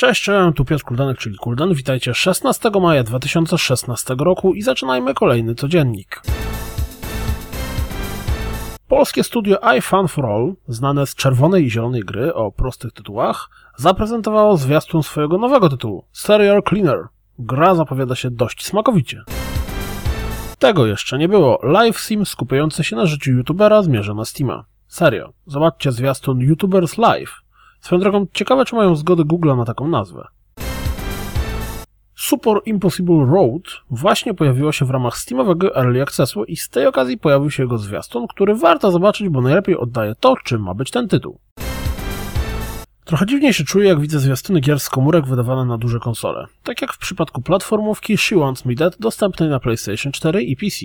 Cześć, tu Piotr Kuldanek, czyli Kuldan. Witajcie 16 maja 2016 roku i zaczynajmy kolejny codziennik. Polskie studio iFun4All, znane z czerwonej i zielonej gry o prostych tytułach, zaprezentowało zwiastun swojego nowego tytułu, Serial Cleaner. Gra zapowiada się dość smakowicie. Tego jeszcze nie było. Live sim skupiający się na życiu youtubera zmierza na Steama. Serio, zobaczcie zwiastun YouTubers Live. Swoją drogą, ciekawe czy mają zgody Google'a na taką nazwę. Super Impossible Road właśnie pojawiło się w ramach Steamowego Early Accessu i z tej okazji pojawił się jego zwiastun, który warto zobaczyć, bo najlepiej oddaje to, czym ma być ten tytuł. Trochę dziwnie się czuję, jak widzę zwiastuny gier z komórek wydawane na duże konsole. Tak jak w przypadku platformówki She Wants Me Dead dostępnej na PlayStation 4 i PC.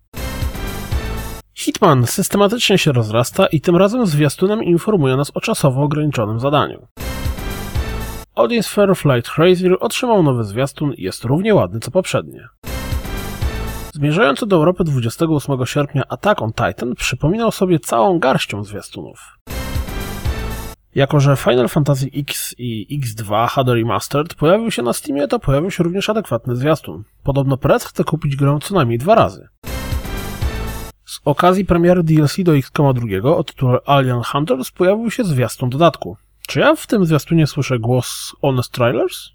Hitman systematycznie się rozrasta i tym razem zwiastunem informuje nas o czasowo ograniczonym zadaniu. Audience Fair Flight Crazy otrzymał nowy zwiastun i jest równie ładny co poprzednie. Zmierzający do Europy 28 sierpnia Attack on Titan przypominał sobie całą garścią zwiastunów. Jako że Final Fantasy X i X2 HD Remastered pojawił się na Steamie, to pojawił się również adekwatny zwiastun. Podobno Press chce kupić grę co najmniej 2 razy. Z okazji premiery DLC do X-2 o tytule Alien Hunters pojawił się zwiastun dodatku. Czy ja w tym zwiastunie słyszę głos Honest Trailers?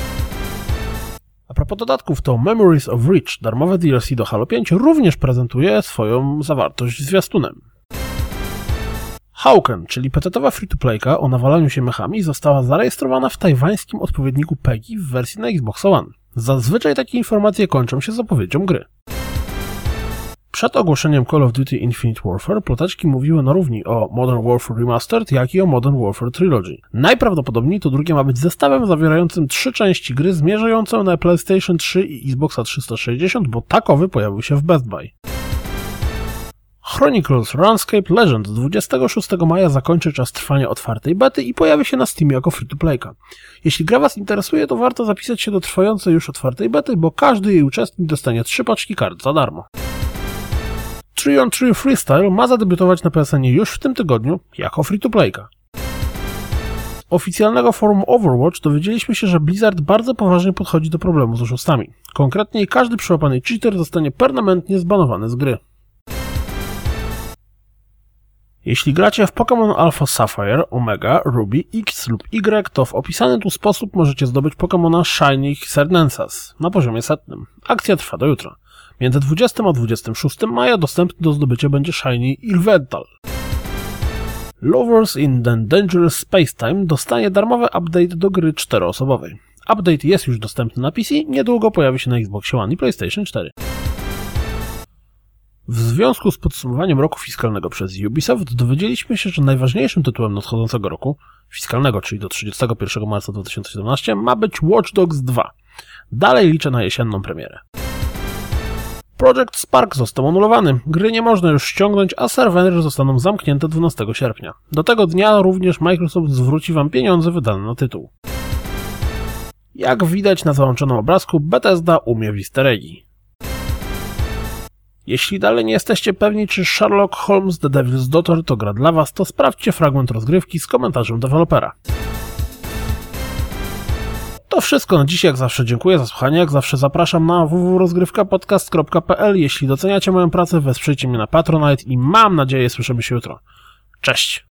A propos dodatków, to Memories of Reach, darmowe DLC do Halo 5, również prezentuje swoją zawartość zwiastunem. Hauken, czyli PC-towa free-to-playka o nawalaniu się mechami, została zarejestrowana w tajwańskim odpowiedniku PEGI w wersji na Xbox One. Zazwyczaj takie informacje kończą się zapowiedzią gry. Przed ogłoszeniem Call of Duty Infinite Warfare plotaczki mówiły na równi o Modern Warfare Remastered, jak i o Modern Warfare Trilogy. Najprawdopodobniej to drugie ma być zestawem zawierającym 3 części gry zmierzającą na PlayStation 3 i Xboxa 360, bo takowy pojawił się w Best Buy. Chronicles RuneScape Legends 26 maja zakończy czas trwania otwartej bety i pojawi się na Steamie jako free-to-playka. Jeśli gra Was interesuje, to warto zapisać się do trwającej już otwartej bety, bo każdy jej uczestnik dostanie 3 paczki kart za darmo. 3on3 Freestyle ma zadebiutować na PSN już w tym tygodniu jako free-to-playka. Z oficjalnego forum Overwatch dowiedzieliśmy się, że Blizzard bardzo poważnie podchodzi do problemu z oszustami. Konkretnie każdy przyłapany cheater zostanie permanentnie zbanowany z gry. Jeśli gracie w Pokémon Alpha Sapphire, Omega, Ruby, X lub Y, to w opisany tu sposób możecie zdobyć Pokémona Shiny Xernensas na poziomie 100. Akcja trwa do jutra. Między 20 a 26 maja dostępny do zdobycia będzie Shiny Irvedal. Lovers in the Dangerous Spacetime dostanie darmowy update do gry 4-osobowej. Update jest już dostępny na PC, niedługo pojawi się na Xbox One i PlayStation 4. W związku z podsumowaniem roku fiskalnego przez Ubisoft dowiedzieliśmy się, że najważniejszym tytułem nadchodzącego roku, fiskalnego, czyli do 31 marca 2017, ma być Watch Dogs 2. Dalej liczę na jesienną premierę. Project Spark został anulowany, gry nie można już ściągnąć, a serwery zostaną zamknięte 12 sierpnia. Do tego dnia również Microsoft zwróci Wam pieniądze wydane na tytuł. Jak widać na załączonym obrazku, Bethesda umie w easter eggi. Jeśli dalej nie jesteście pewni, czy Sherlock Holmes The Devil's Daughter to gra dla Was, to sprawdźcie fragment rozgrywki z komentarzem dewelopera. To wszystko na dziś, jak zawsze dziękuję za słuchanie, jak zawsze zapraszam na www.rozgrywkapodcast.pl. Jeśli doceniacie moją pracę, wesprzyjcie mnie na Patronite i mam nadzieję słyszymy się jutro. Cześć!